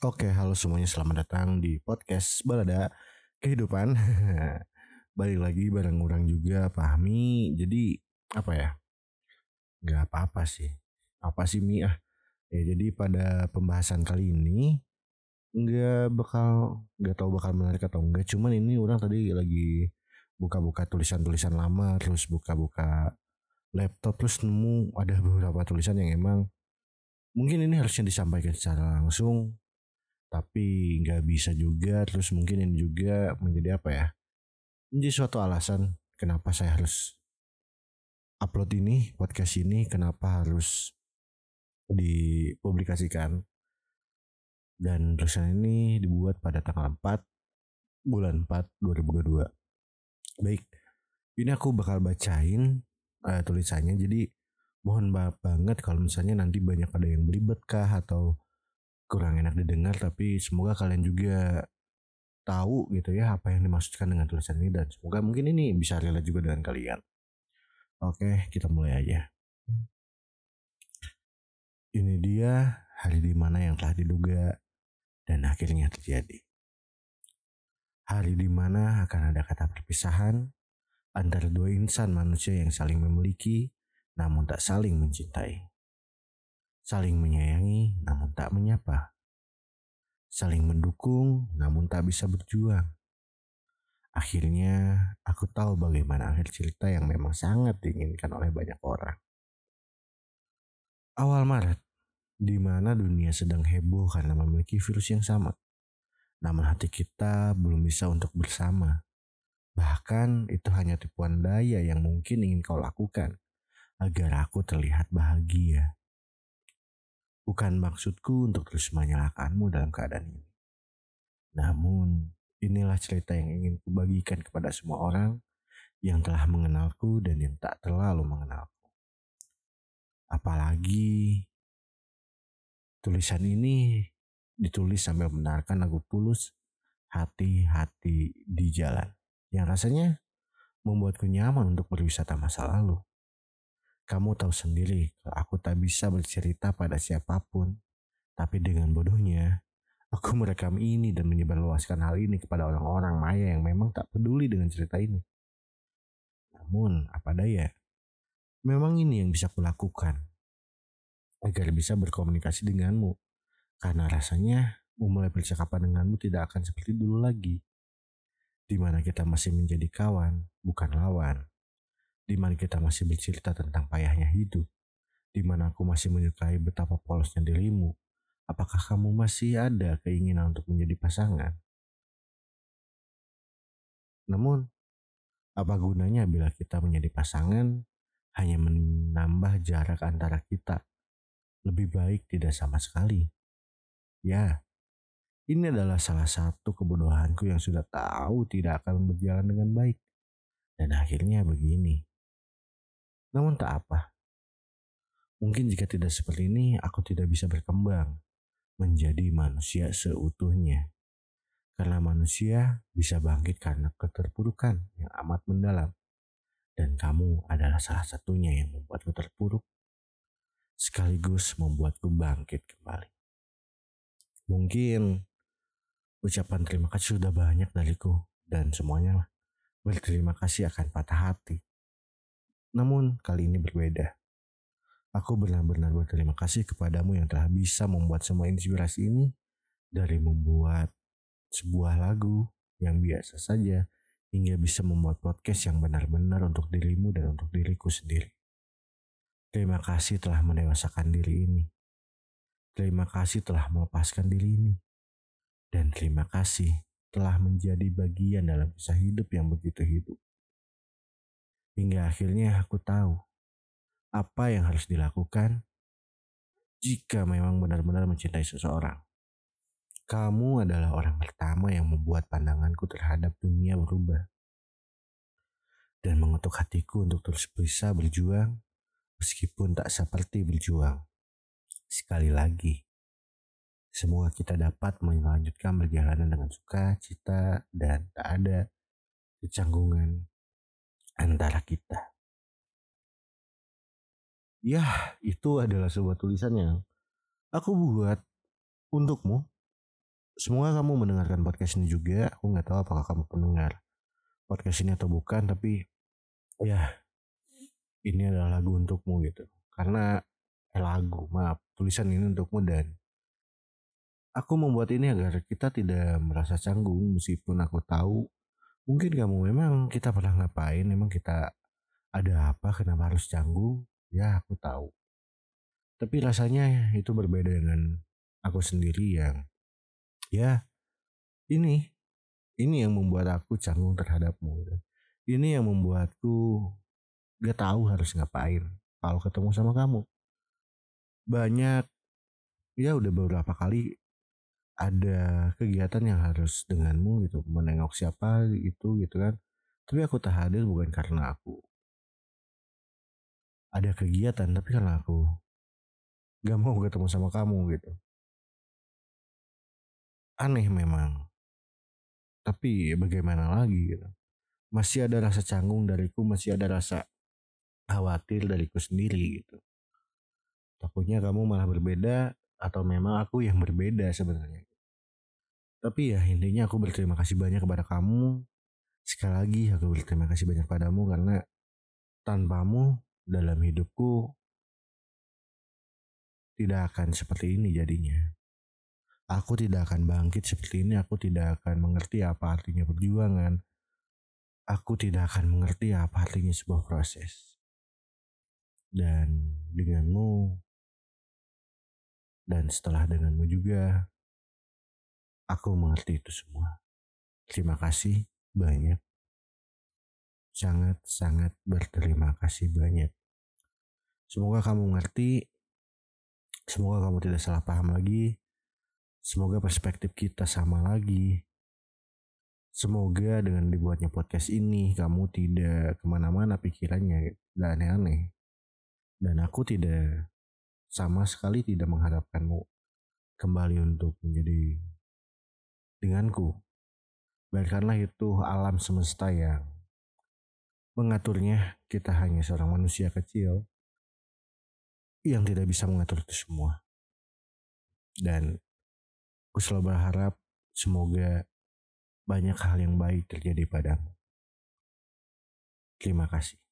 Oke, halo semuanya, selamat datang di podcast Balada Kehidupan. Balik lagi bareng orang juga, Fahmi. Jadi apa ya? Gak apa-apa sih. Apa sih Mi? Jadi pada pembahasan kali ini nggak tahu bakal menarik atau enggak. Cuman ini orang tadi lagi buka-buka tulisan-tulisan lama, terus buka-buka laptop, terus nemu ada beberapa tulisan yang emang mungkin ini harusnya disampaikan secara langsung tapi nggak bisa juga, terus mungkin ini juga menjadi apa ya, menjadi suatu alasan kenapa saya harus upload ini podcast ini, kenapa harus dipublikasikan. Dan tulisan ini dibuat pada tanggal 4 bulan 4 2022. Baik, ini aku bakal bacain tulisannya, jadi mohon maaf banget kalau misalnya nanti banyak ada yang belibet kah atau kurang enak didengar, tapi semoga kalian juga tahu gitu ya apa yang dimaksudkan dengan tulisan ini, dan semoga mungkin ini bisa relate juga dengan kalian. Oke, kita mulai aja. Ini dia hari di mana yang telah diduga dan akhirnya terjadi. Hari di mana akan ada kata perpisahan antara dua insan manusia yang saling memiliki namun tak saling mencintai. Saling menyayangi namun tak menyapa. Saling mendukung namun tak bisa berjuang. Akhirnya, aku tahu bagaimana akhir cerita yang memang sangat diinginkan oleh banyak orang. Awal Maret, di mana dunia sedang heboh karena memiliki virus yang sama. Namun hati kita belum bisa untuk bersama. Bahkan itu hanya tipuan daya yang mungkin ingin kau lakukan agar aku terlihat bahagia. Bukan maksudku untuk terus menyalahkanmu dalam keadaan ini. Namun, inilah cerita yang ingin kubagikan kepada semua orang yang telah mengenalku dan yang tak terlalu mengenalku. Apalagi tulisan ini ditulis sambil mendengarkan lagu Tulus, Hati-hati di Jalan, yang rasanya membuatku nyaman untuk berwisata masa lalu. Kamu tahu sendiri kalau aku tak bisa bercerita pada siapapun, tapi dengan bodohnya, aku merekam ini dan menyebarluaskan hal ini kepada orang-orang maya yang memang tak peduli dengan cerita ini. Namun, apa daya, memang ini yang bisa kulakukan agar bisa berkomunikasi denganmu. Karena rasanya memulai percakapan denganmu tidak akan seperti dulu lagi, di mana kita masih menjadi kawan, bukan lawan. Di mana kita masih bercerita tentang payahnya hidup. Di mana aku masih menyukai betapa polosnya dirimu. Apakah kamu masih ada keinginan untuk menjadi pasangan? Namun, apa gunanya bila kita menjadi pasangan hanya menambah jarak antara kita? Lebih baik tidak sama sekali. Ya, ini adalah salah satu kebodohanku yang sudah tahu tidak akan berjalan dengan baik. Dan akhirnya begini. Namun tak apa. Mungkin jika tidak seperti ini, aku tidak bisa berkembang menjadi manusia seutuhnya. Karena manusia bisa bangkit karena keterpurukan yang amat mendalam. Dan kamu adalah salah satunya yang membuatku terpuruk, sekaligus membuatku bangkit kembali. Mungkin ucapan terima kasih sudah banyak dariku, dan semuanya berterima kasih akan patah hati. Namun kali ini berbeda. Aku benar-benar berterima kasih kepadamu yang telah bisa membuat semua inspirasi ini, dari membuat sebuah lagu yang biasa saja hingga bisa membuat podcast yang benar-benar untuk dirimu dan untuk diriku sendiri. Terima kasih telah mendewasakan diri ini. Terima kasih telah melepaskan diri ini. Dan terima kasih telah menjadi bagian dalam kisah hidup yang begitu hidup. Hingga akhirnya aku tahu apa yang harus dilakukan jika memang benar-benar mencintai seseorang. Kamu adalah orang pertama yang membuat pandanganku terhadap dunia berubah dan mengetuk hatiku untuk terus bisa berjuang meskipun tak seperti berjuang. Sekali lagi, semoga kita dapat melanjutkan perjalanan dengan sukacita dan tak ada kecanggungan antara kita. Ya, itu adalah sebuah tulisan yang aku buat untukmu Semoga kamu mendengarkan podcast ini juga. Aku nggak tahu apakah kamu pendengar podcast ini atau bukan, tapi ya ini adalah lagu untukmu gitu. Karena lagu, maaf, tulisan ini untukmu dan aku membuat ini agar kita tidak merasa canggung meskipun aku tahu mungkin kamu memang kita pernah ngapain, memang kita ada apa, kenapa harus canggung? Ya aku tahu. Tapi rasanya itu berbeda dengan aku sendiri yang ya ini ini yang membuat aku canggung terhadapmu gitu. Ini yang membuatku gak tahu harus ngapain kalau ketemu sama kamu. Banyak ya udah beberapa kali ada kegiatan yang harus denganmu gitu, menengok siapa itu gitu kan. Tapi aku tak hadir bukan karena aku ada kegiatan, tapi karena aku gak mau ketemu sama kamu gitu. Aneh memang, tapi bagaimana lagi gitu. Masih ada rasa canggung dariku, masih ada rasa khawatir dariku sendiri gitu. Takutnya kamu malah berbeda atau memang aku yang berbeda sebenarnya. Tapi ya intinya aku berterima kasih banyak kepada kamu. Sekali lagi aku berterima kasih banyak padamu karena tanpamu dalam hidupku tidak akan seperti ini jadinya. Aku tidak akan bangkit seperti ini, aku tidak akan mengerti apa artinya perjuangan. Aku tidak akan mengerti apa artinya sebuah proses. Dan denganmu dan setelah denganmu juga, aku mengerti itu semua. Terima kasih banyak. Sangat-sangat berterima kasih banyak. Semoga kamu mengerti, semoga kamu tidak salah paham lagi, semoga perspektif kita sama lagi. Semoga dengan dibuatnya podcast ini, kamu tidak kemana-mana pikirannya dan aneh-aneh. Dan aku tidak sama sekali tidak mengharapkanmu kembali untuk menjadi denganku. Biarkanlah itu alam semesta yang mengaturnya, kita hanya seorang manusia kecil yang tidak bisa mengatur itu semua. Dan aku selalu berharap semoga banyak hal yang baik terjadi padamu. Terima kasih.